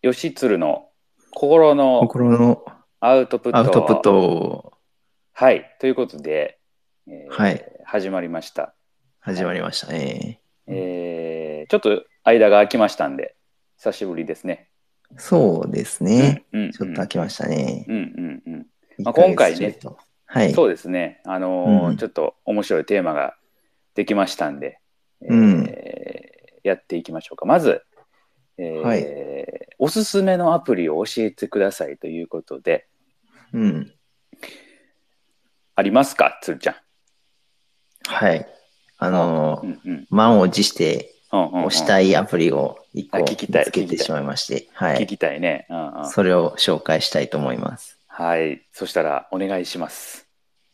吉鶴の心の心のアウトプッアウトプット。 ト、 はい。ということで、 はい、 始まりました。はい。 始まりましたね。 ちょっと間が空きましたんで、久しぶりですね。 そうですうんね。 うんちょっと飽きまうんうん。 したね。 うんうんうん。ま 1 あ、 ヶ月今回ね、 ちょいと。はそうい。 ですね、 うん、 ちょっと面白いテーマができましたんで、 うん、 やっていきましょうか。まず、 はい。 おすすめのアプリを教えてくださいということで、 うん、 ありますか、つるちゃん。 はい。 あ、うんうん。 満を持してうんうん押しうん。 たいアプリを1 あ、聞個きたい、 見つけてし聞きたい。 まいまして、は聞い。 きたいね。うんうん。 それを紹介したいと思います。 はい。そしたら、お願いします。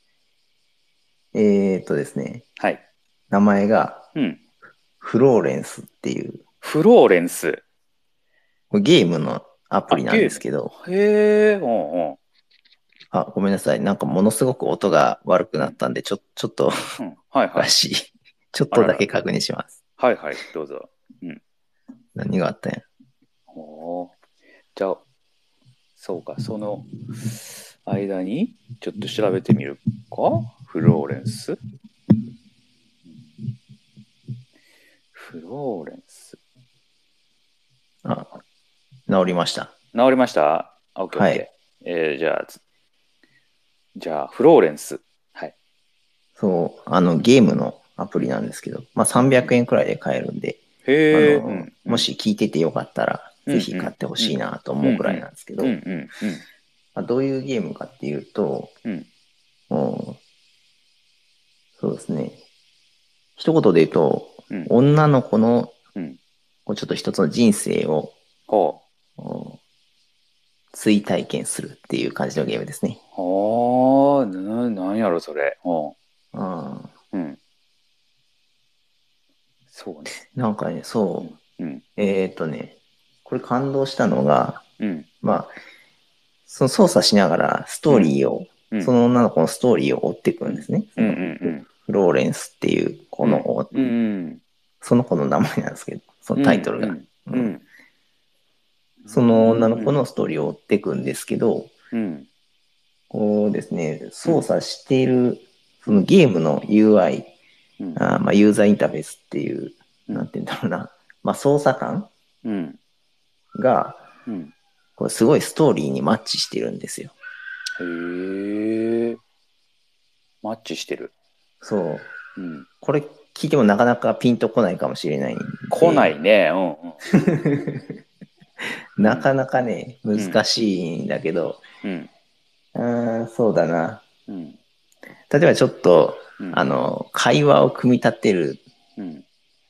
ですね。 はい。 名前がうん。 フローレンスっていう、 フローレンス。 これゲームのアプあ、 リなんゲーム。 ですけど、 へえ、うんうん。 あ、ごめんなさい。なんかものすごく音が悪くうん。 なったんで、ちょっとうん。はいおかはい。 しい。ちょっあらら。 とだけ確認します。 はいはい。どうぞ。うん。 何があったんや。 おー。じゃあ、そうか。その間に、ちょっと調べてみるか。フローレンス。フローレンス。 あ、治りました。 治りました？オッケーオッはい。 ケー。じゃあ、フローレンス。はい。 そう、ゲームのアプリなんですけど、まあ300 うんうん。 円くえんくらいで買えるんで、 へえ、うんうん。 もし聞いててよかったら、 うんぜひうん買ってほうんしいなとうん思うくらいなんですけど、 うんうんうんまあ、どういうゲームかっていうと、 うんもうそうですね。一言で言うと、 うん女の子のうん。 こうちょっと一つの人生をほこう追体験するっていう感じのゲームですね。 う。はあ、なんやろ、それ。ほうん、 う。うん。そうね。 なんかね、 うん。 そう。 うん。 これ感動したのが、 うん。 まあ、その操作しながらストーうん。 リーを、 うん。 その女の子のストーリーを追っていくうん。 んですね。 うん。うそのん。 フローレンスっていううん。うん。 その子の名前なんですけど、そのうん。 タイトルが。 うん。 うん、 うん。 その女のうん。 子のストーリーを追っていくんですけど、 うん。 こうですね、 うん。 操作している、そのうん。 ゲームの UI、 うん。 まあ、ユーザーインターフェースっていう、 うん。 なんて言うんだろうな、まあ、操作感うん。 が、 うん。 これすごいストーリーにマッチしてるんですよ。 へえ。マッチしてる。 そう。 うん。 これ聞いてもなかなかピンとこないかもしれないん来なで、 いね。うんうん。うん。 なかなかね、 うん。 難しいんだけど、 うん。 そうだな。 うん。 例えばちょっと、 うん。 会話を組み立てる、 うん。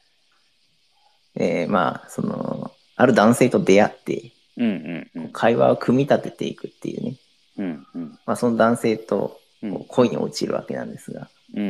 まあ、ある男性と出会って、 うん。うん。 会話を組み立てていくっていうね。 うん。うん。 まあ、その男性とうん。 恋に落ちるわけなんですが、 うん。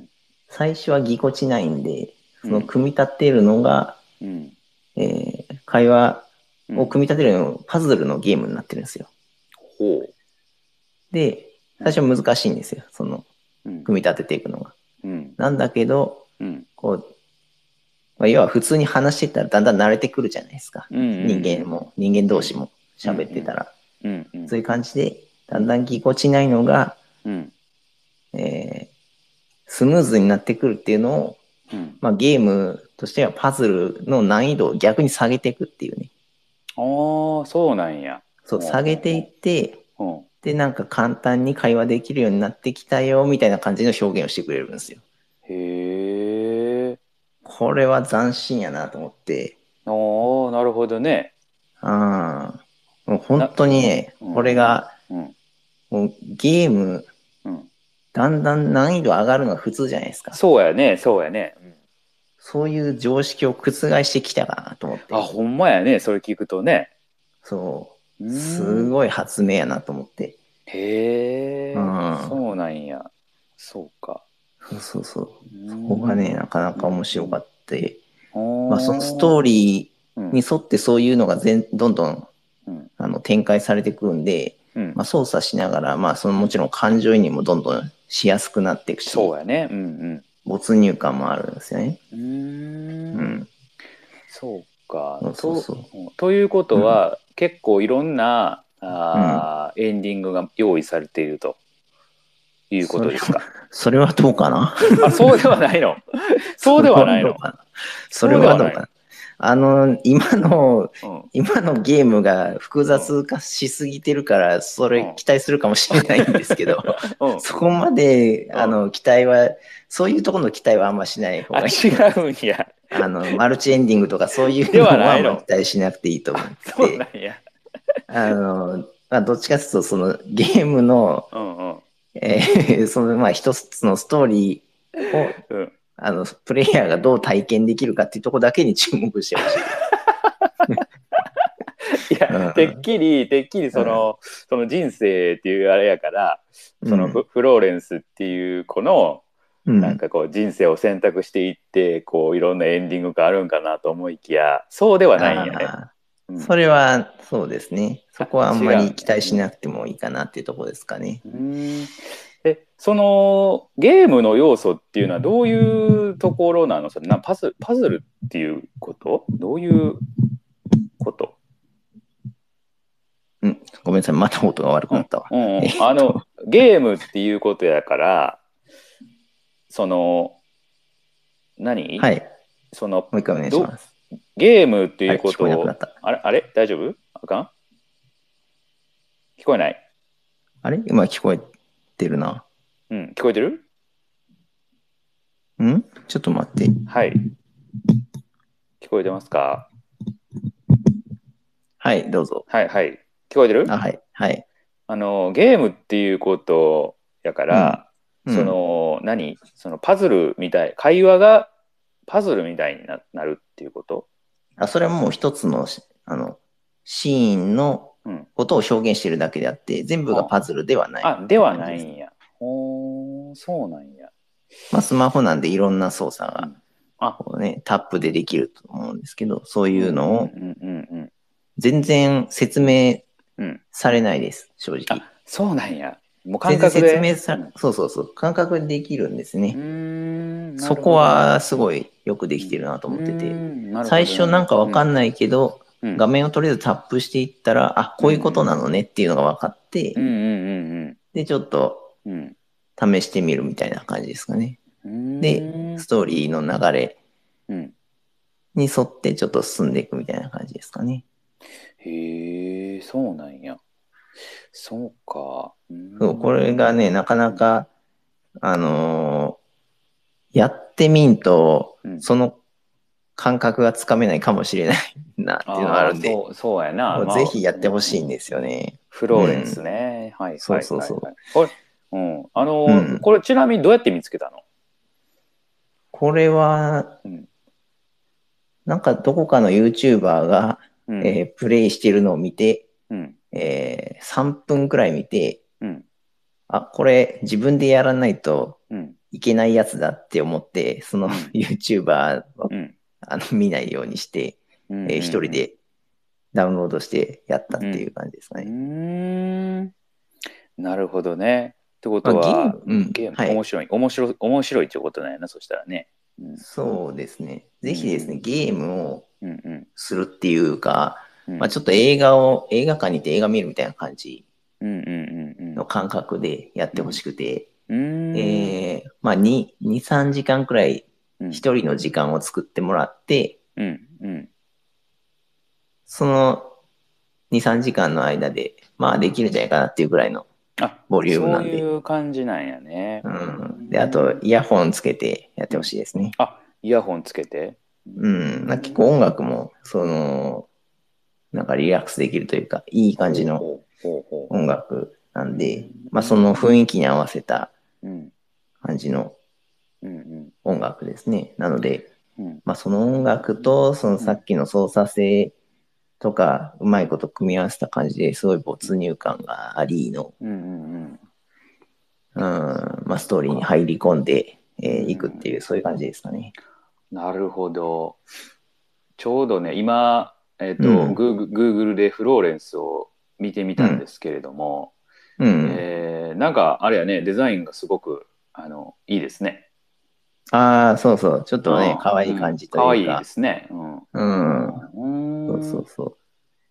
最初はぎこちないんで、そのうん。 組み立てるのが、 うん。 会話うん。 を組み立てるのパズルのゲームになってるんですよ。 ほで、 う。うん。 最初は難しいんですよ。 うん。 組み立てていくのが。 うん。 なんだけど、 うん。 こう、まあ、要は普通に話していったらだんだん慣れてくるじゃないですか。 うん。うん。 人間うん。 同士もうん。 喋ってたら。 うん。うん。 そういう感じで、だんだうん。 んぎこちないのが、 うん。 えースムーズになってくるっていうのを、 うん。 まあ、ゲームとしてはパズルの難易度を逆に下げていくっていうね。 ああ、そうなんや。 そう、 ほうほう下げていって、 ほう。 で、なんか簡単に会話できるようになってきたよ、みたいな感じの表現をしてくれるんですよ。 へえ。 これは斬新やなと思って、 ああ、なるほどね。 もう本当にね、 うん。 これが、 うん。 もうゲーム、 うん。 だんだん難易度上がるのが普通じゃないですか。 そうやね、そうやね。うん。 そういう常識を覆してきたかなと思っあ、 て。 ほんまやね、それ聞くとね。 そうう、 ーん。 すごい発明やなと思って。うへえ、 ん。 そうなんや。そうか。 そうそうそう。 うーそこがね、 ん。 なかなうか面白かんうん。 った。まあ、そのスほトーリーにー。うん。 沿ってそういうのがどんどんうん。 展開されていくんで、 うん。 まあ、操作しながら、まあ、 うん。 もちろん感情移入もどんどんしやすくなっていくし、 そうやね。うん没入感もあるんですよね。 うん。うーん。 うん。 そうか。 そうそうそというこう。うん。 とは、 結構いろんなうん。 エンディングが用意されているというこそれは、 とですか。 それはどうかな。 あ、そうではないの。そうでそれははないの。 どうかな。それそうではないの。 はどうかな。今の、 うん、 今のゲームが複うん、 雑化しすぎてるから、それうん、 期待するかもしれないんですけど、 うん、 そこまで、 うん。 期待は、そういうところの期待はあんましない方あ、 がいい違と思います。 うんや。 マルチエンディングとかそういではうのはあんま期ないの。 待しなくていいと思っあ、そうなて、 んや。 どっちかというと、そのゲームの、 うんうん。 その、まあ、一つのストーリーを、 うん。 プレイヤーがどう体験できるかっていうところだけに注目してほしいです。 いや、 うん、 てっきりうん、 その人生っていうあれやから、そのうん、 フローレンスっていう子の、 うん。 なんかこう人生を選択していって、こういろんなエンディングがあるんかなと思いきや、そうではないんやね。 ああ、 うん。 それはそうですね。そあ、 こはあんまり違うんや。 期待しうん。 なくてもいいかなっていうところですかね。 うーん。そのゲームの要素っていうのはどういうところなの？それパズルっていうこと？どういうこと？ うん、ごめんなさい。また音が悪くうん。 なったわ。 うんうん。ゲームっていうことやから、その、何はい。 その、 もう一回お願いしど、 ます。 ゲームっていうあれ、聞こえなくなことを、 った。 あれ大丈夫？あかん？聞こえない？ あれ今聞こえてるな。 うん。聞こえてる？ ちょっと待って。 はい。聞こえてますか？ はい、どうぞ。 はいはい。聞こえてあ、 る？ はい、はい。 ゲームっていうことやかうん、 ら、そうん。 の、そのパズルみたい、会話がパズルみたいになるっていうこと？ それはもう一つのシーンのうん。 ことを表現してるだけであって、全部がはパズルではないあ。あ、でっては感じです。 ないんや。ほー、そうなんや。 まあ、スマホなんでいろんな操作が、 うん。あ、 こうね、タップでできると思うんですけど、そううんういうのをんうんうん全然説うん。 明うん。 されないです、正あ、 直。 そうなんや。もう感全然覚で。うん。 そうそうそう、感覚でできるんですうーね。 ん、なそこるほど。 はすごいよくでうん。 きてるなとうー思ってて、 ん、なるほ最どね。 初なんかわうん。 かんないけど、 うん。 画面をとりあえずタップしていったら、あ、 うんうこういうことん。 なのねっていうのが分かって、 うんうんで、ちょっとうんうん。 試してみるみたいな感じですかね。 うで、 ん。うーん。 ストーリーの流れうん。 に沿ってちょっと進んでいくみたいな感じですかね。 へえ、そうなんや。そうか。うーそう、これん。 がね、なかなうん。 か、あのやってみんと、 うん。 その感覚がつかめないかもしれないなっていうのがあああ、 るんで、 そうやな。 もうまあ、 ぜひやってほうん。 しいんですよね。 フうローレンスん。 ね。はいそうはいはいはい。 そうそこれ、うん。 う。うん。 これちなみにどうやって見つけたの？ これは、 うん。 なんかどこかの YouTuber が、 うん。 プレイしてるのを見て、 うん。 3分くらい見て、 うん。 あ、これ自分でやらないとうん。 いけないやつだって思って、そのうん。 YouTuber をうん。 見ないようにして、 うん。 一人でダウンロードしてやったうん。 っていう感じですかうね。 ん。なるほどね。ってこまあ、 とは、 うん、 ゲームはい。 面白いってことなんやな、そしたらね。うん。 そうですね。 うんぜひですね、 うん。 ゲームをうんうん。 するっていうか、まあ、 うん。 ちょっと映画館に行って映画見るみたいな感じうんうんうんの感覚でやっうん。 てほしくて、 うん。うーん。 まあ、2、3時間くらいうん。 一人の時間を作ってもらって、 うんうん。 その2、3時間の間で、まあできるんじゃないかなっていうぐらいのあ、 ボリュームそうなんで。 いう感じなんやね。 ううーん。で、あと、 ん。 イヤホンつけてやってほうん。 しいですね。 あ、イヤホンつけて。うーうん。結構ん。 音楽も、なんかリラックスできるというか、いい感じのほうほうほうほ音楽なう。うんで、まあそのーん。 雰囲気に合わせたうん。 感じのうん音楽ですね。なので、 うん。 まあその音楽と、そのうん。 さっきの操作性とか、うまいこと組み合わせた感じですごい没入感がありの、 うんうんうん、まあストーリーに入り込んでうん。うんいくっていう、そういう感じですかね。 なるほど。ちょうどね、今、 うん、 グーグルでフローレンスを見てみたんでうん、 すけれども、 うん。 なんか、あれやね、デザインがすごく、いいですね。 ああ、そうそう。ちょっとね、 うん、 可愛うん、 い感じとかわいいでいうか、 すね。うん。 うん、 うそうそん、 うそう。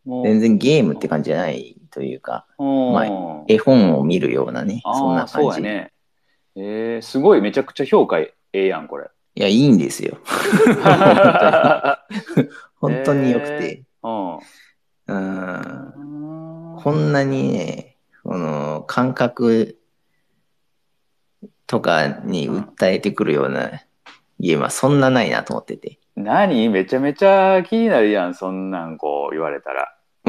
全然ゲームって感じじゃないというか、まあ、 うん。 絵本を見るようなね、そんああ、 な感じ。 そうやね。すごい、めちゃくちゃ評価ええやん、これ。 いや、いいんですよ。本当に。本当に良くて。 うん。 ううん。 ん。 こんなにね、感覚とかにうん。 訴えてくるようなゲームはそんなないなと思ってて。 めちゃめちゃ気になるやん、そんなんこう言われたら。 うん。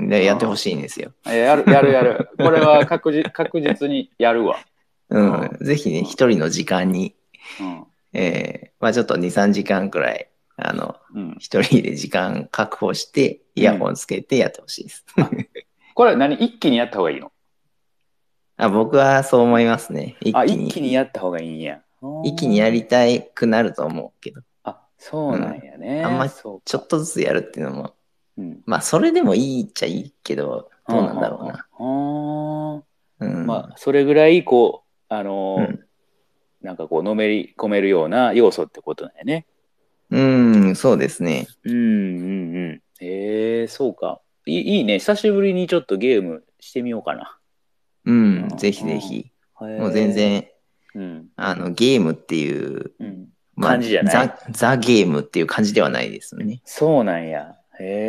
で、 うやってほしいんですよ。 ん。やる。これは確実にやるわ。 ううん。 ん。ぜひね、 うん。 一人の時間に、 うん。 まあちょっと2、3時間くらい、 うん。 一人で時間確保して、イヤホうん。 ンつけてやってほしいです。 あ、これ一気にやった方がいいの？ あ、僕はそう思いうん。 ますね。 あ、一気にやった方がいいんや。 一気にやりたくなると思うけど。 あ、そうなんうん。 やね。 あんまちょっそうか。 とずつやるっていうのも、 うん。 まあそれでもいいっちゃいいけど、 はんどうなんだろうはな。 んはん。 うん。 まあ、それぐらい、 うん。 なんかこう、のめり込めるような要素ってことなんやね。 うん、そうですね。 うん。そうか。いいね。久しぶりにちょっとゲームしてみようかな。 ううん、ぜひぜん、 ひ。 うん。 もう全然、 うん。 ゲームっていう、 うん。 まあ、 感じじゃない？ ザゲームっていう感じではないですよね。 そうなんや。 うん。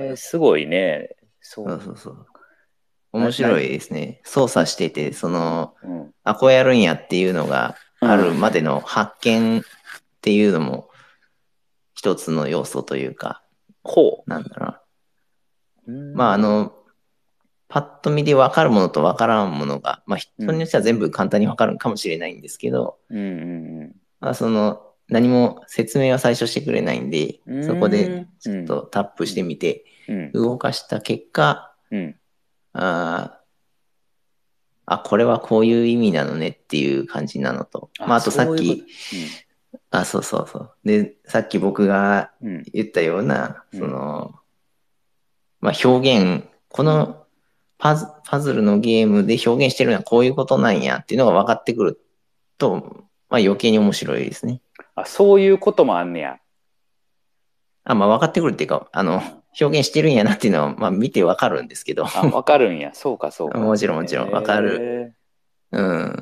すごいね。 そうそうそう。 な、な、 面白いですね。操作してて、 うん。 あ、こうやるんやっていうのがうん。 あるまでの発見っていうのも一つの要素というか、 ほなんだろうな。 う。うまあ、 ん。 パッと見で分かるものと分からんものが、まあ、 うん。 人によっては全部簡単に分かるかもしれないんですけど、 うん。 まあ、何も説明は最初してくれないんで、 うそこでん。 ちょっとタップしてみて、 うん。 動かした結果、 うん。 あこれはこういう意味なのねっていう感じなのと、まあ、 あ、あとさそういうこと。 っき、 うん。 そうそうそう。で、さっき僕がうん。 言ったような、 うん。 まあ、表現、こうん。 のパズルのゲームで表現してるのはこういうことなんやっていうのが分かってくると、まあ、余計に面白いですね。 あ、そういうこともあんねや。 まあ、分かってくるっていうか、 うん。 表現してるんやなっていうのは、まあ、見て分かるんですけど、 あ、わかるんや。そうか、そうか。 もちろんもちろん分かる、うん、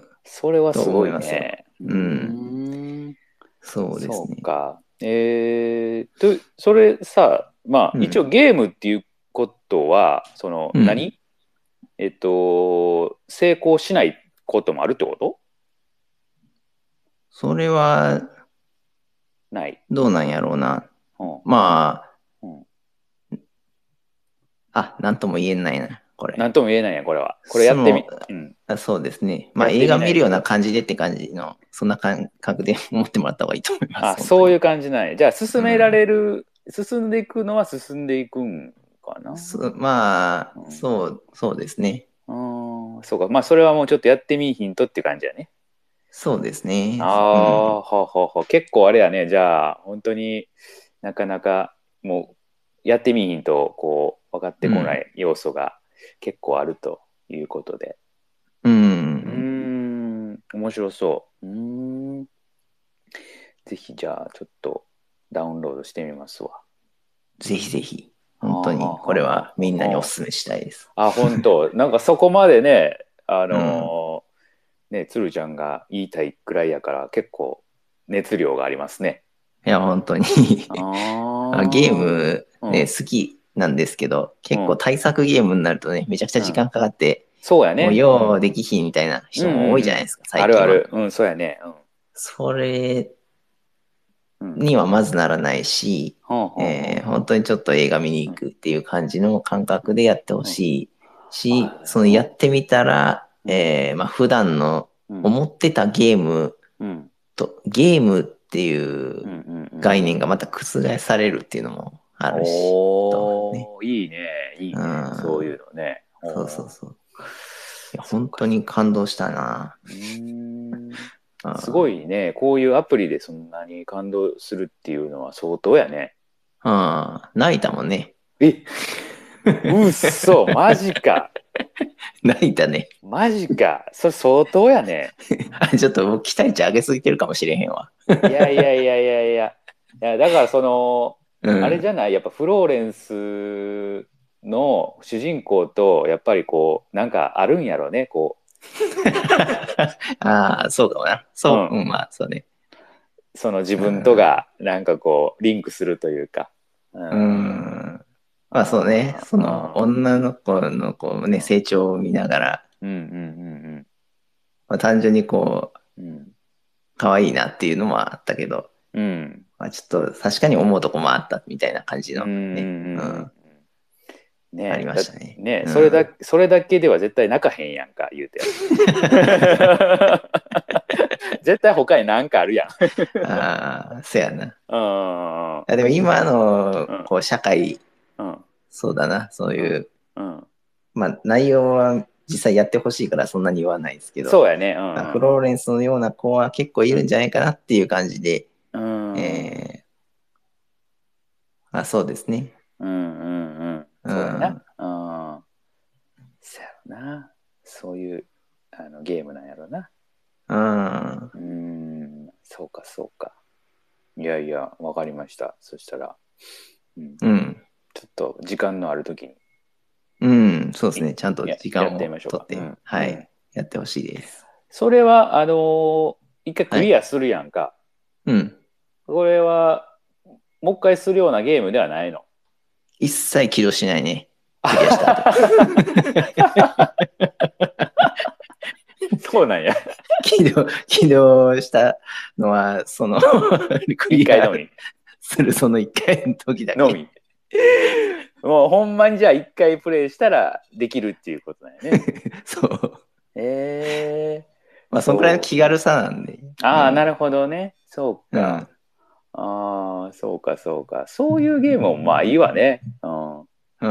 それはとすごい思いますよ。 ね。 うん、 ん。 そうですそうね。 か。それさ、まあ、一応うん、 ゲームっていうことは、 うん。 成功しないこともあるってこと？ それは、 ない。 どうなんやろうな。 うん。 まうん。 なんとも言えないな、これ。 なんとも言えないや、これは。これやその、 ってみ、うん。 そうですね。まあやって映画見るようみないと。 な感じでって感じの、そんな感覚で思ってもらった方がいいと思います、 あ、 本当に。 そういう感じなんや。じゃあ、 うん。 進んでいくのは進んでいくんかな。 まあ、 うん。 そうですね。 そうか。まあ、それはもうちょっとやってみいひんとって感じやね。 そうですあね。うん。 あ、は。結構あれやね。じゃあ、本当になかなかもうやってみいひんと、分かってこなうん。 い要素が結構あるということで。 うん。 面白そう。ぜひじゃあ、ちょっとダウンロードしてみますわ。 ぜひぜひ。 はあは本当に、これあははみんなにおあは勧めしたいです。 あ。あ、本当。なんかそこまでね、 うん。 鶴ちゃんが言いたいくらいやから結構熱量がありますね。 いや、本当にあゲーあ、 ムね、 うん、 好きなんですけど、 うん、 結構対策ゲームになるとね、めちゃくちゃうん。 時間かかって、 そうやね。うもうようん。 できひんみたいなうん人も多いじゃうんうん。 ないですか、最近は。 あるある。うん、そうやね。 それうん。うん。 にはまずならないし、 ほん。 本当にちょっと映画見にうん。 行くっていう感じの感覚でやってほうん。 しいし、 あ、 そのやってみたら、 うん。 まあ普段のうん。 思ってたうん。 ゲームっていう概うん。 念がまた覆されるっていうのもあるし、ね。 おー、いいね。いいうね。そういん、 うのね。 そうそうおー、 そう。いや、 そう本当にかそうか。 感動したな。 すごうん、 いね。こういうアプリでそんなに感動するっていうのは相当やね。 泣いたもんね。 え、うっそ、マジか。 泣いたね。 マジか。それ相当やね。 ちょっともう期待値上げすぎてるかもしれへんわ。 いや。だからうん。 あれじゃない、やっぱフローレンスの主人公とやっぱりこうなんかあるんやろねこああ、そうかもな。 う、うそう、 ん、 うん、まあ、そうね。 その自う分とん。 がなんかこうリンクするというか、ううん、 ん。まあそうね。 あそのー、 女の子のこうね、成長を見ながら、 うん、うん、うんまあ、単純にこう、 うんうん可愛いなっていうのもあったけど、 うんまあちょっと確かに思うとこもあったみたいな感じうんうのね。うんうんん。ありねえ、 ましたね。 ねえ、 うん。 それだけでは絶対泣かへんやんか、言うてやつ。絶対他に何かあるやん。 ああ、そやな。 うん、うん、 あでも今のうん、 こう社会、 うん、 そうだな。そううん。 いう、 うん、 まあ内容は実際やってほしいからそんなに言わないですけど、 そうやね。うまあフん、 ローレンスのような子は結構いるんじゃないかなっていう感じで、 うん、うん、 えまあそうですね。 うん、うん。 うそうやな。 ん。 うん。そうやろな。そういうゲームなんやろな。 うん。 そうか、そうか。いやいや、わかりました。そしたら、うん、 うん。 ちょっと時間のあるときにうん。そうですね。ちゃんと時やってみ間をましょうか。うとって、 ん、うん。 はい。やってほしいです。 それは、一回クはい。 リアするやんか。 うん。 これは、もう一回するようなゲームではないの。 一切起動しないね。クリアした後。 そうなんや。 起動したのは、そのクリア一回のみ。 するその一回の時だけ。 のみ。もうほんまにじゃあ一回プレイしたらできるっていうことだよね。 そう。まあ、そのくらいのそ気軽さなんで。 う。ああ、なるもほどね。そうう、うん。 か。ああ、そうか、そうか。そういうゲームもまあいいわね。うん。 うん。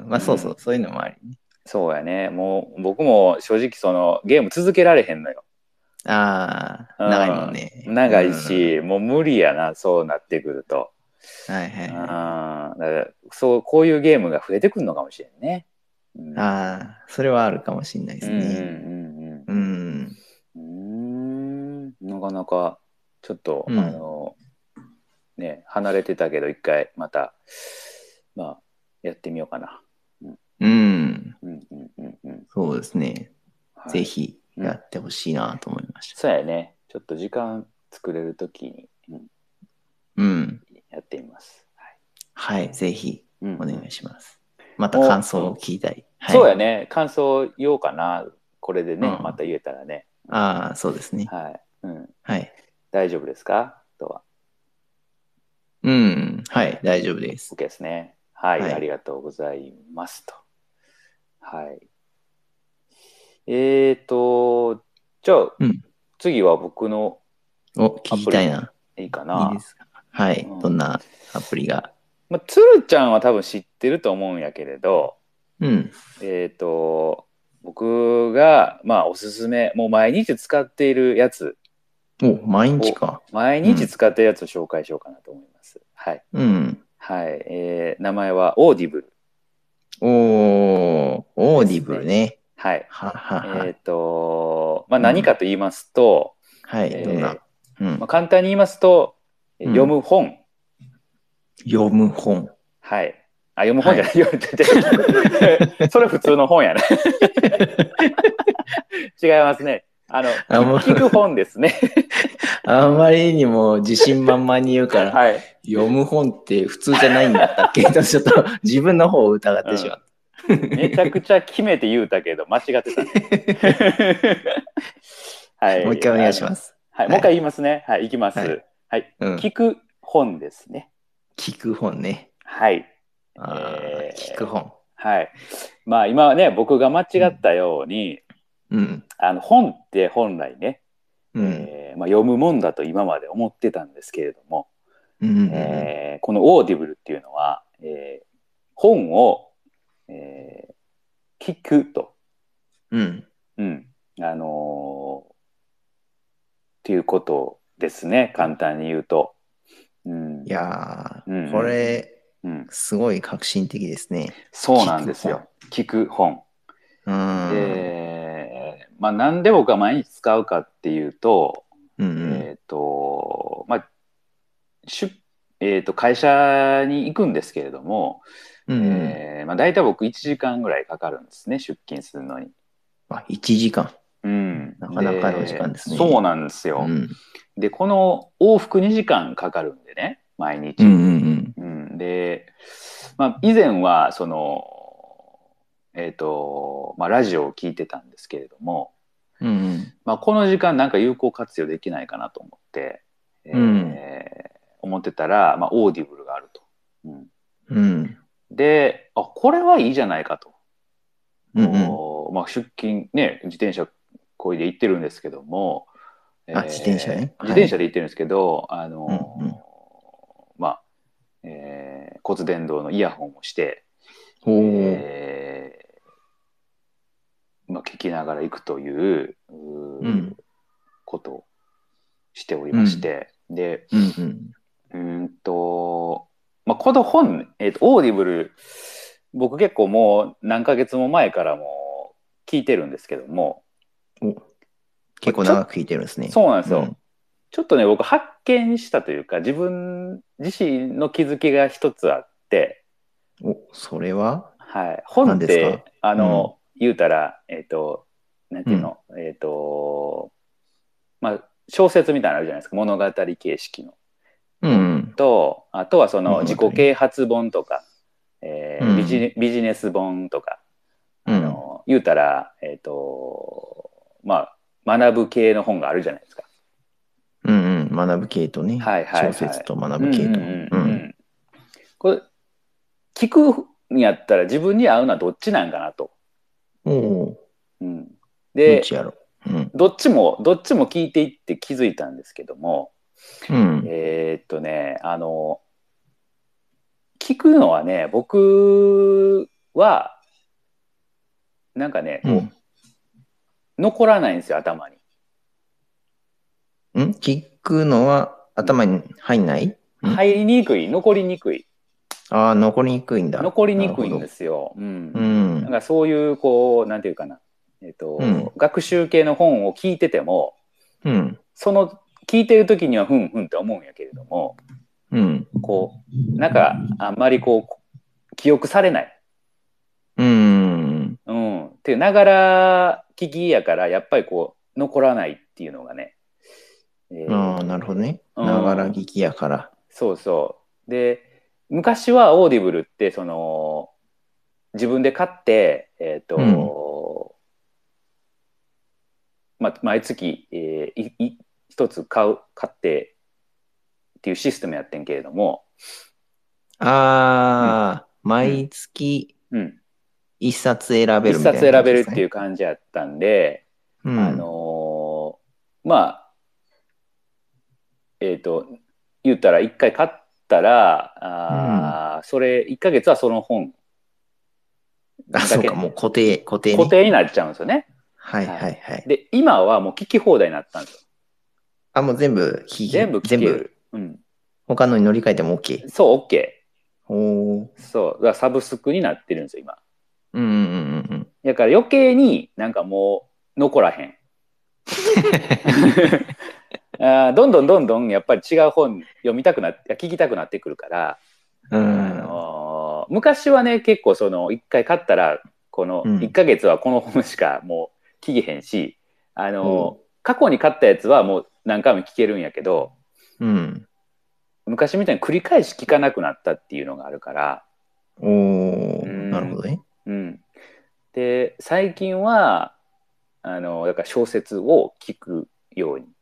まあ、そうそう。 うん。 そういうのもありね。 そうやね。もう僕も正直そのゲーム続けられへんのよ。 ああ、長いもんうん。 ね。う長いん。 し、もう無理やな、そうなってくると。 はいはいうん。 はい。 だからそう、こういうゲームが増えてくるのかもしれんね。うん。 ああ、それはあるかもしれないでうんうんすね。 うんうん。 うん。なかなか、ちょっと、 うん。 ね、離れてたけど、一回また、まあ、やってみようかな。うんうん。 うんうんうんうん。 そうですね。 はい。 ぜひうん。 やってほしいなと思いました。 そうやね。ちょっと時間作れるときに、 うん。 やってみます。はい。 はい。ぜひうんお願うん。 いします。また感もう、 想を聞きたい。はい。 そうやね。感想言おうかな。これでね、まうん。 た言えたらね。 ああ、そうですね。 はい。うん。 はい。 大丈夫ですかとは。 うん。はい。大丈夫です。 OK ですね。はい。ありはい。 がとうございますと。はい。じゃあ、 うん。 次は僕のお、聞アプリできたいな。 いいかいいでな。 すか。はい。どうん。 んなアプリが。 まあ、つるちゃんは多分知ってると思うんやけれど、 うん。 えっと、僕が、まあ、おすすめ、もう毎日使っているやつお、毎日を、 か。 毎うん。 日使っているやつを紹介しようかなと思います。はい。 うん。 はい。名前はオーディブルおー、オーディですね。 ブルね。 はい。 ははは。 まあ、 うん。 何かと言いますと、 はい。どんな。 まあ、 うん。 簡単に言いますと、読うん。 む本。 読む本。 はい。あ、読む本はい。 じゃない。聞く。それ普通の本やね。違いますね。 あ、もう聞く本ですね。 あまりにも自信満々に言うから、 はい。 読む本って普通じゃないんだったっけと、ちょっと自分の方を疑っうん。 てしまった。 めちゃくちゃ決めて言うたけど、間違ってたね。はい。 もう一回お願いします。 はい。もう一回言はい。 いますね。はい。いきます。 はい。 はい。 うん。 聞く本ですね。 聞く本ね。 はい。 ああ、聞く本。 はい。まあ今ね、僕が間違うん。 ったように、 うん。 本って本来ね、 うん。 まあ、読むもんだと今まで思ってたんですけれども、 うん。うん。 このオーディブルっていうのは、本を、聞くと、 うん。 うん、っていうことですね、簡単に言うと。うん、 いやうん、うー、こん、 れ、 うん。 すごい革新的ですね。 そうな聞く本。 んですよ。聞く本。 うーん。 で、まあ、なんで僕は毎日使うかっていうと、 うん。 まあ、しゅ、会社に行くんですけれども、 まあ、大体僕1時間ぐらいかかるんですね、出勤するのに。 あ、1時間。 うん。 なかなかの時間ですね。 そうなんですよ。で、この往復2時間かかるんでね、毎日。で、まあ、以前は、まあ、ラジオを聞いてたんですけれども、まあ、この時間なんか有効活用できないかなと思って、思ってたら、まあ、オーディブルがあると。で、これはいいじゃないかと。まあ、出勤ね、自転車こいで行ってるんですけども、 自転車ね。 自転車で行ってるんですけど、まあ、骨伝導のイヤホンをして、まあ、聞きながら行くということをしておりまして、で、まあ、この本、オーディブル、僕結構もう何ヶ月も前からも聞いてるんですけども、 結構長く聞いてるんですね。 そうなんですよ。ちょっとね、僕発見したというか、自分自身の気づきが一つあって、 それははい。本って、言うたら、なんていうの、まあ、小説みたいなのあるじゃないですか、物語形式の。あとはその自己啓発本とか、ビジネス本とか、言うたら、まあ、学ぶ系の本があるじゃないですか。 学ぶ系とね。小説と学ぶ系と。 これ、聞くんやったら自分に合うのはどっちなんかなと。で、 どっちやろ。 どっちも聞いていって気づいたんですけども、聞くのはね、僕は、なんかね、こう、残らないんですよ、頭に。 聞くのは頭に入んない？ 入りにくい、残りにくい。 残りにくいんだ。 残りにくいんですよ。なんかそういう、こう、なんていうかな。学習系の本を聞いてても、その聞いてる時にはふんふんって思うんやけれども、こうなんかあんまりこう記憶されない。っていうながら聞きやからやっぱりこう残らないっていうのがね。 なるほどね。ながら聞きやから。 そうそう。で、昔はオーディブルってその自分で買ってまあ、毎月、一つ買ってっていうシステムやってんけれども。 毎月一冊選べるみたいな感じですね。 一冊選べるっていう感じやったんで、まあ、言ったら一回買ったら、それ1ヶ月はその本そうか、もう固定になっちゃうんですよね。で、今はもう聞き放題になったんですよ。 もう全部聞ける。 他のに乗り換えても OK？ そう、OK。そう、だからサブスクになってるんですよ、今。だから余計になんかもう残らへん。どんどんやっぱり違う本読みたくなって聞きたくなってくるから、昔はね結構その1回買ったらこの1ヶ月はこの本しかもう聞けへんし、過去に買ったやつはもう何回も聞けるんやけど、昔みたいに繰り返し聞かなくなったっていうのがあるから。 なるほどね。 で最近はだから小説を聞くように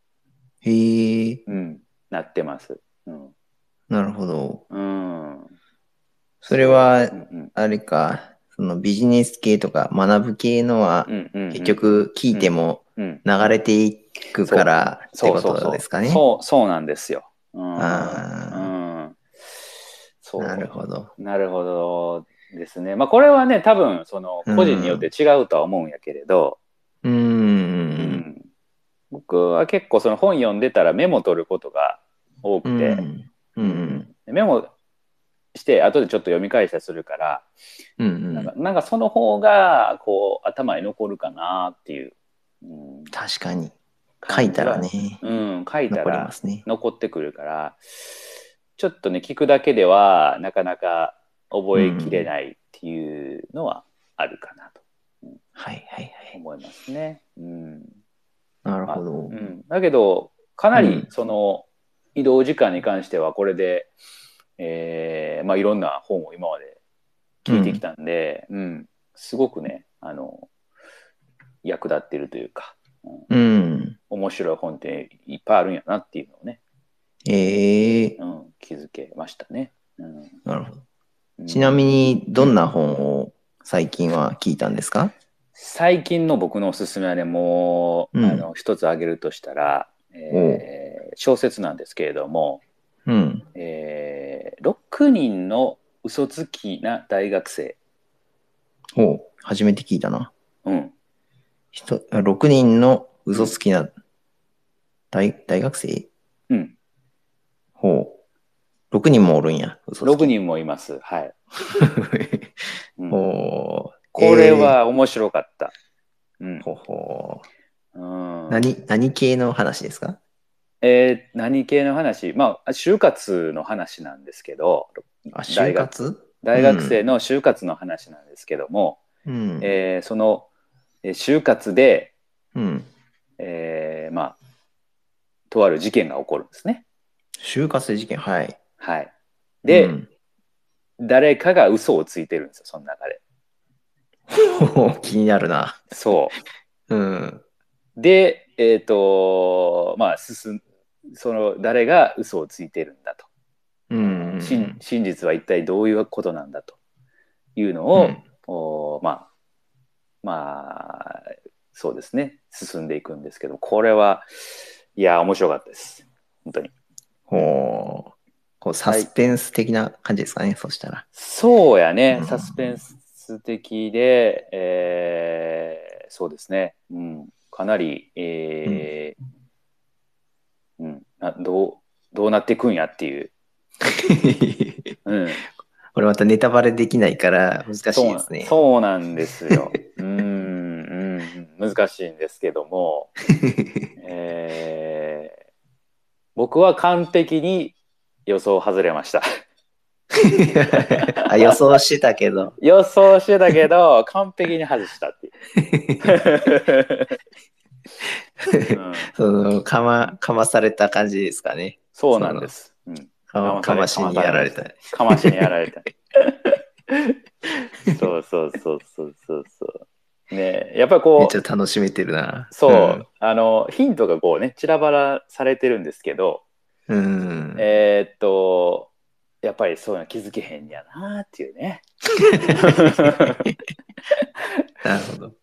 なってます。 なるほど。それはあれか、そのビジネス系とか学ぶ系のは結局聞いても流れていくからってことですかね。 そうなんですよ。 なるほど。 なるほどですね。まあこれはね多分その個人によって違うとは思うんやけれど、僕は結構その本読んでたらメモ取ることが多くて、メモして後でちょっと読み返したりするから、なんかその方がこう頭に残るかなっていう。 確かに書いたらね。 書いたら残ってくるから、ちょっとね聞くだけではなかなか覚えきれないっていうのはあるかなと、 はいはいはい。 思いますね。 なるほど。 だけど、かなりその移動時間に関してはこれで、まあいろんな本を今まで聞いてきたんで、すごくね、役立ってるというか、面白い本っていっぱいあるんやなっていうのをね、気づけましたね。 なるほど。ちなみに、どんな本を最近は聞いたんですか？ 最近の僕のおすすめはね、もう、一つ挙げるとしたら、小説なんですけれども、6人の嘘つきな大学生。 初めて聞いたな。6人の嘘つきな大学生？6人もおるんや、嘘つき。 6人もいます。はい。これは面白かった。 何系の話ですか？ 何系の話？まあ、就活の話なんですけど、 就活？ 大学生の就活の話なんですけども、その就活で、まあ、とある事件が起こるんですね。 就活事件、はい。 はい。で、誰かが嘘をついてるんですよ、その中で。 気になるな。 そう。で、まあ、その誰が嘘をついてるんだと。真実は一体どういうことなんだというのを、まあ、そうですね、進んでいくんですけど、これは、いや、面白かったです。本当に。 サスペンス的な感じですかね、そしたら。 そうやね、サスペンス的で、そうですね、かなり、どうなっていくんやっていう。 これまたネタバレできないから難しいですね。 そうなんですよ。難しいんですけども、僕は完璧に予想外れました。 予想してたけど。 予想してたけど、完璧に外したっていう。 かまされた感じですかね。 そうなんです。 かましにやられた。 かましにやられた。そう。ね、やっぱりこう。 めっちゃ楽しめてるな。 そう。ヒントがこうね、散らばらされてるんですけど、やっぱりそういうの気づけへんやなっていうね。 なるほど。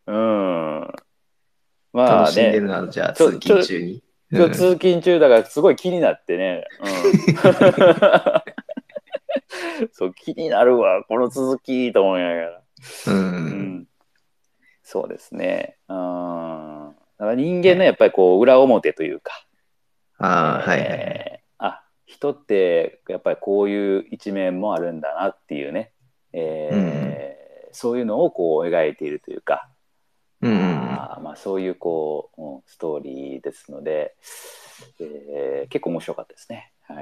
まあね。 楽しんでるな、じゃあ通勤中に。 通勤中だからすごい気になってね。そう、気になるわ、この続きと思いながら。そうですね。だから人間のやっぱりこう裏表というか。人ってやっぱりこういう一面もあるんだなっていうね。そういうのをこう描いているというか。まあそういうこう、ストーリーですので、結構面白かったですね。はい。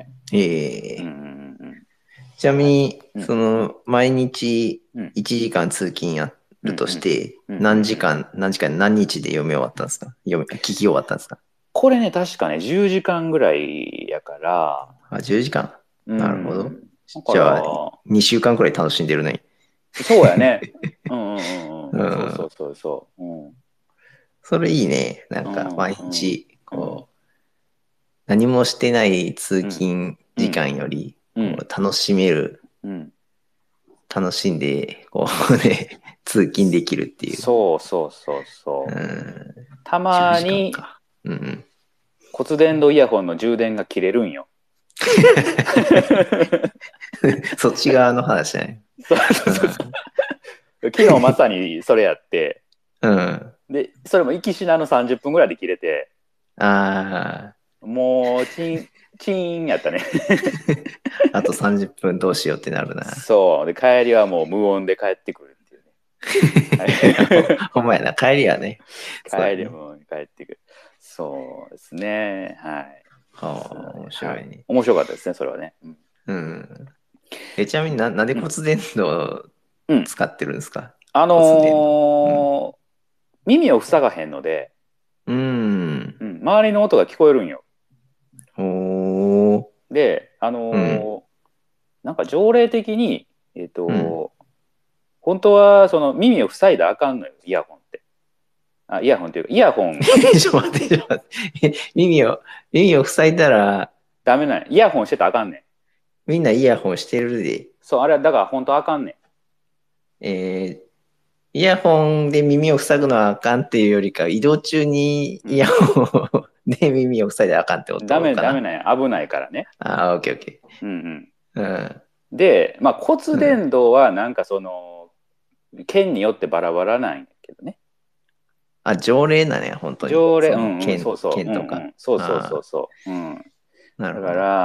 ちなみに、その毎日1時間通勤やるとして、何時間何日で読み終わったんですか？聞き終わったんですか？ これね、確かね、10時間ぐらいやから。 10時間？なるほど。じゃあ、2週間くらい楽しんでるね。 そうやね。そう。 それいいね。なんか、毎日、何もしてない通勤時間より、楽しめる、楽しんで、通勤できるっていう。 そう。たまに、骨伝導イヤホンの充電が切れるんよ。 そっち側の話ね。 昨日まさにそれやって、で、それも行きしなの30分ぐらいで切れて、もうチーンやったね。 あと30分どうしようってなるな。 そう。で、帰りはもう無音で帰ってくるっていうね。ほんまやな、帰りはね。 帰りも帰ってくる。そうですね。はい。 面白いね。 面白かったですね、それはね。 ちなみになんで骨伝導を使ってるんですか？ 耳を塞がへんので、周りの音が聞こえるんよ。で、なんか条例的に、本当はその耳を塞いだらあかんのよ、イヤホンって。イヤホンっていうか、イヤホン。 ちょっと待って、耳を塞いだら、 ダメなんや。イヤホンしてたらあかんねん。 みんなイヤホンしてるで。 そう、あれはだから本当あかんねん。イヤホンで耳を塞ぐのはあかんっていうよりか、移動中にイヤホンで耳を塞いだらあかんってことかな。 ダメなんや。危ないからね。 オッケーオッケー。で、まあ骨伝導はなんかその、県によってバラバラなんやけどね。 条例だね、本当に。 条例、 そうそう。県とか。 そうそう。だから、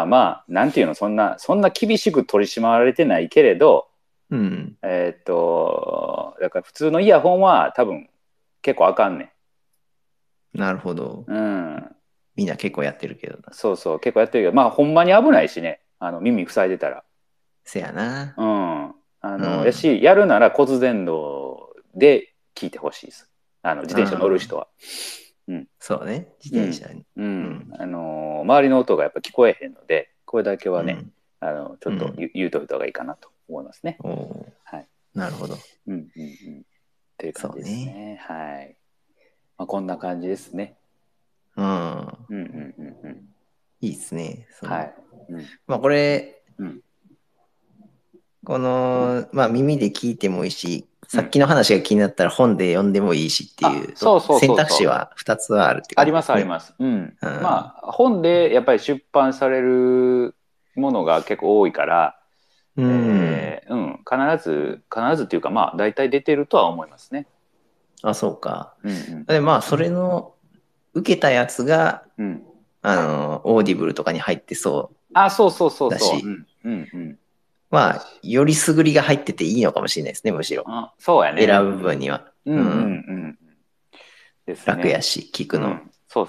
まあ、なんていうの、そんな厳しく取り締まられてないけれど、だから普通のイヤホンは多分結構あかんねん。なるほど。みんな結構やってるけどな。 そうそう、結構やってるけど、まあほんまに危ないしね、耳塞いでたら。 せやな。 やし、やるなら骨伝導で聞いてほしいです。自転車乗る人は。 そうね、自転車に。 周りの音がやっぱ聞こえへんので、これだけはね、ちょっと言うといた方がいいかなと思いますね。 はい。なるほど。 っていう感じですね。はい。まあ、こんな感じですね。 いいですね。 はい。 まあこれ、この、まあ耳で聞いてもいいし、さっきの話が気になったら本で読んでもいいしっていう、選択肢は2つはあるって感じですね。あります。まあ本でやっぱり出版されるものが結構多いから、必ずっていうかまあ大体出てるとは思いますね。 そうか。でまあそれの受けたやつが、オーディブルとかに入ってそうそうだし、まあよりすぐりが入ってていいのかもしれないですね、むしろ。 そうやね。 選ぶ分には。楽やし、聞くの。 そう。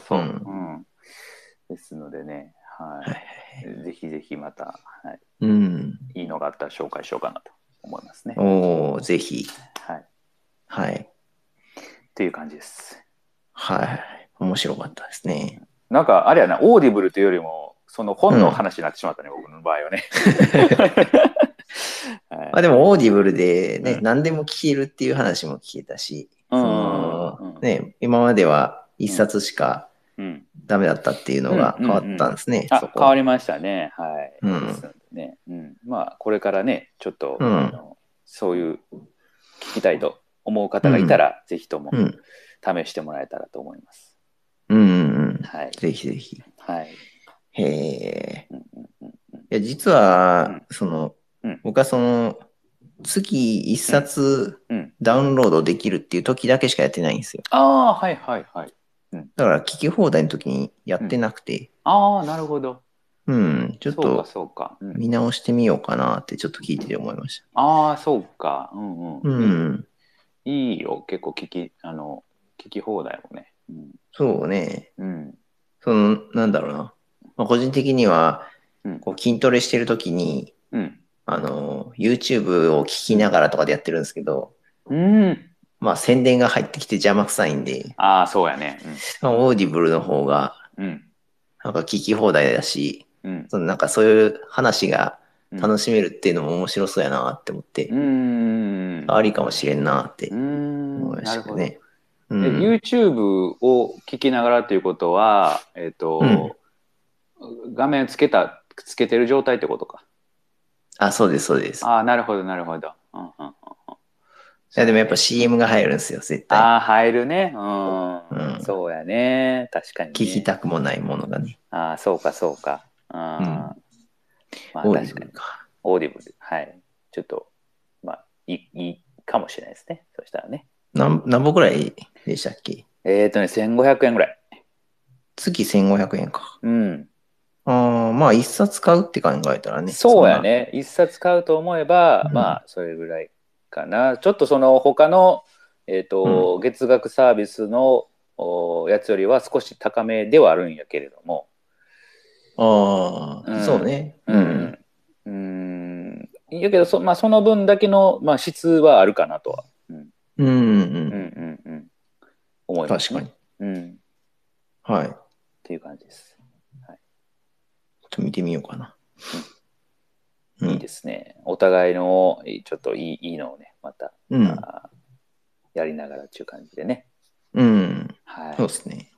ですのでね、ぜひぜひまた、いいのがあったら紹介しようかなと思いますね。 ぜひ。はい。 っていう感じです。 はい。面白かったですね。 なんかあれやな、オーディブルというよりもその本の話になってしまったね、僕の場合はね。 でもオーディブルでね、何でも聞けるっていう話も聞けたし、今までは一冊しかダメだったっていうのが変わったんですね。 変わりましたね。はい。ですのでね、まあこれからね、ちょっと、そういう聞きたいと思う方がいたら、ぜひとも試してもらえたらと思います。 ぜひぜひ。 はい。 へえ。いや実は、僕は月一冊ダウンロードできるっていう時だけしかやってないんですよ。 はい。 だから聞き放題の時にやってなくて。 なるほど。 ちょっと見直してみようかなってちょっと聞いてて思いました。 そうか。いいよ、結構聞き放題もね。 そうね。なんだろうな。個人的には、筋トレしてる時に、YouTube を聞きながらとかでやってるんですけど、まあ宣伝が入ってきて邪魔くさいんで、 そうやね。 オーディブルの方が、なんか聞き放題だし、なんかそういう話が楽しめるっていうのも面白そうやなって思って、ありかもしれんなって思いましたね。 YouTube を聞きながらということは、画面つけてる状態ってことか。 そうです、そうです。 なるほど。 いや、でもやっぱ CM が入るんですよ、絶対。 入るね。そうやね。確かに、 聞きたくもないものがね。 そうか。 まあ、オーディブルか。 オーディブル。はい。ちょっと、まあ、いいかもしれないですね。そしたらね。 何本くらいでしたっけ ？1500円ぐらい。 月1500円か。まあ、一冊買うって考えたらね。 そうやね。一冊買うと思えば、まあ、それぐらいかな。ちょっとその他の、月額サービスのやつよりは少し高めではあるんやけれども。 そうね。 やけどまあ、その分だけの、まあ、質はあるかなとは。思いますね。 確かに。はい。っていう感じです。はい、 ちょっと見てみようかな。 いいですね。お互いのちょっといいのをね、また、やりながらっていう感じでね。 はい。そうですね。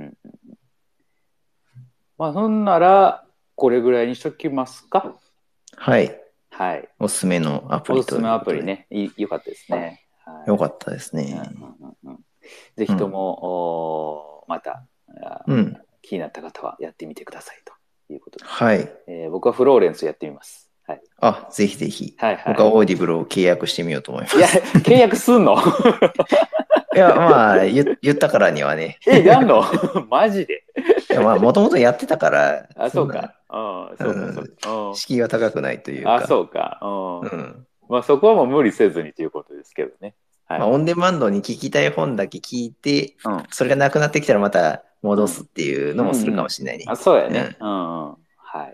まあ、そんなら、これぐらいにしときますか。 はい。 はい。 おすすめのアプリおすすめアプリね。よかったですね。 よかったですね。 ぜひとも、また、気になった方はやってみてくださいということで。 はい。 僕はフローレンスやってみます。はい、 ぜひぜひ。僕はオーディブルを契約してみようと思います。 いや、契約すんのいや、まあ言ったからにはね。 やんのマジでいや、まあ、もともとやってたから。 そうか。そうか。 敷居は高くないというか。 そうか。まあ、そこはもう無理せずにということですけどね。 まあ、オンデマンドに聞きたい本だけ聞いて、それがなくなってきたらまた戻すっていうのもするかもしれないね。 そうやね。はい、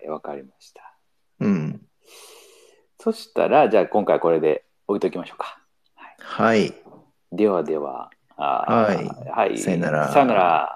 わかりました。そしたら、じゃあ今回これで置いときましょうか。 はい。 ではでは。 はい。さよなら。 さよなら。